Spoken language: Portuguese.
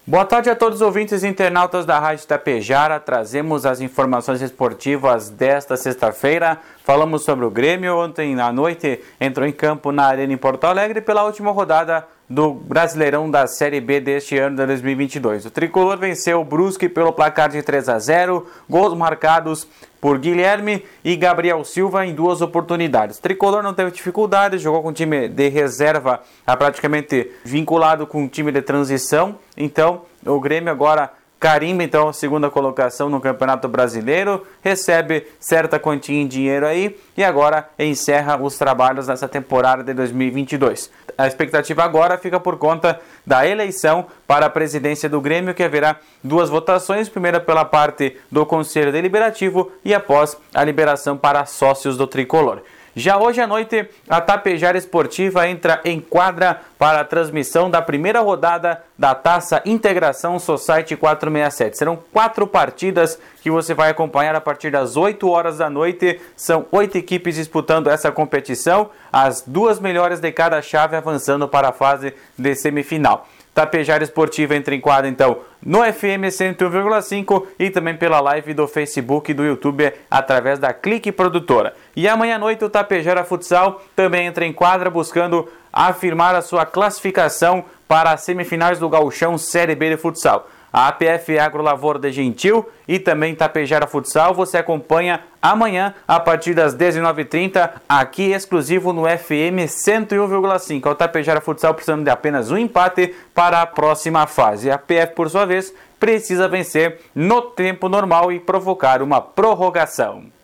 Boa tarde a todos os ouvintes e internautas da Rádio Tapejara. Trazemos as informações esportivas desta sexta-feira. Falamos sobre o Grêmio. Ontem à noite entrou em campo na Arena em Porto Alegre pela última rodada do Brasileirão da Série B deste ano de 2022. O tricolor venceu o Brusque pelo placar de 3-0, gols marcados por Guilherme e Gabriel Silva em duas oportunidades. O tricolor não teve dificuldades, jogou com o time de reserva praticamente vinculado com o time de transição. Então, o Grêmio agora carimba então a segunda colocação no Campeonato Brasileiro, recebe certa quantia em dinheiro aí e agora encerra os trabalhos nessa temporada de 2022. A expectativa agora fica por conta da eleição para a presidência do Grêmio, que haverá duas votações, primeira pela parte do Conselho Deliberativo e após a liberação para sócios do tricolor. Já hoje à noite, a Tapejara Esportiva entra em quadra para a transmissão da primeira rodada da Taça Integração Society 467. Serão 4 partidas que você vai acompanhar a partir das 8 horas da noite. São 8 equipes disputando essa competição, as 2 melhores de cada chave avançando para a fase de semifinal. Tapejara Esportiva entra em quadra, então, no FM 101,5 e também pela live do Facebook e do YouTube através da Clique Produtora. E amanhã à noite o Tapejara Futsal também entra em quadra buscando afirmar a sua classificação para as semifinais do Gauchão Série B de Futsal. A APF Agro Lavoura de Gentil e também Tapejara Futsal você acompanha amanhã a partir das 19h30 aqui exclusivo no FM 101,5. O Tapejara Futsal precisando de apenas um empate para a próxima fase. A APF, por sua vez, precisa vencer no tempo normal e provocar uma prorrogação.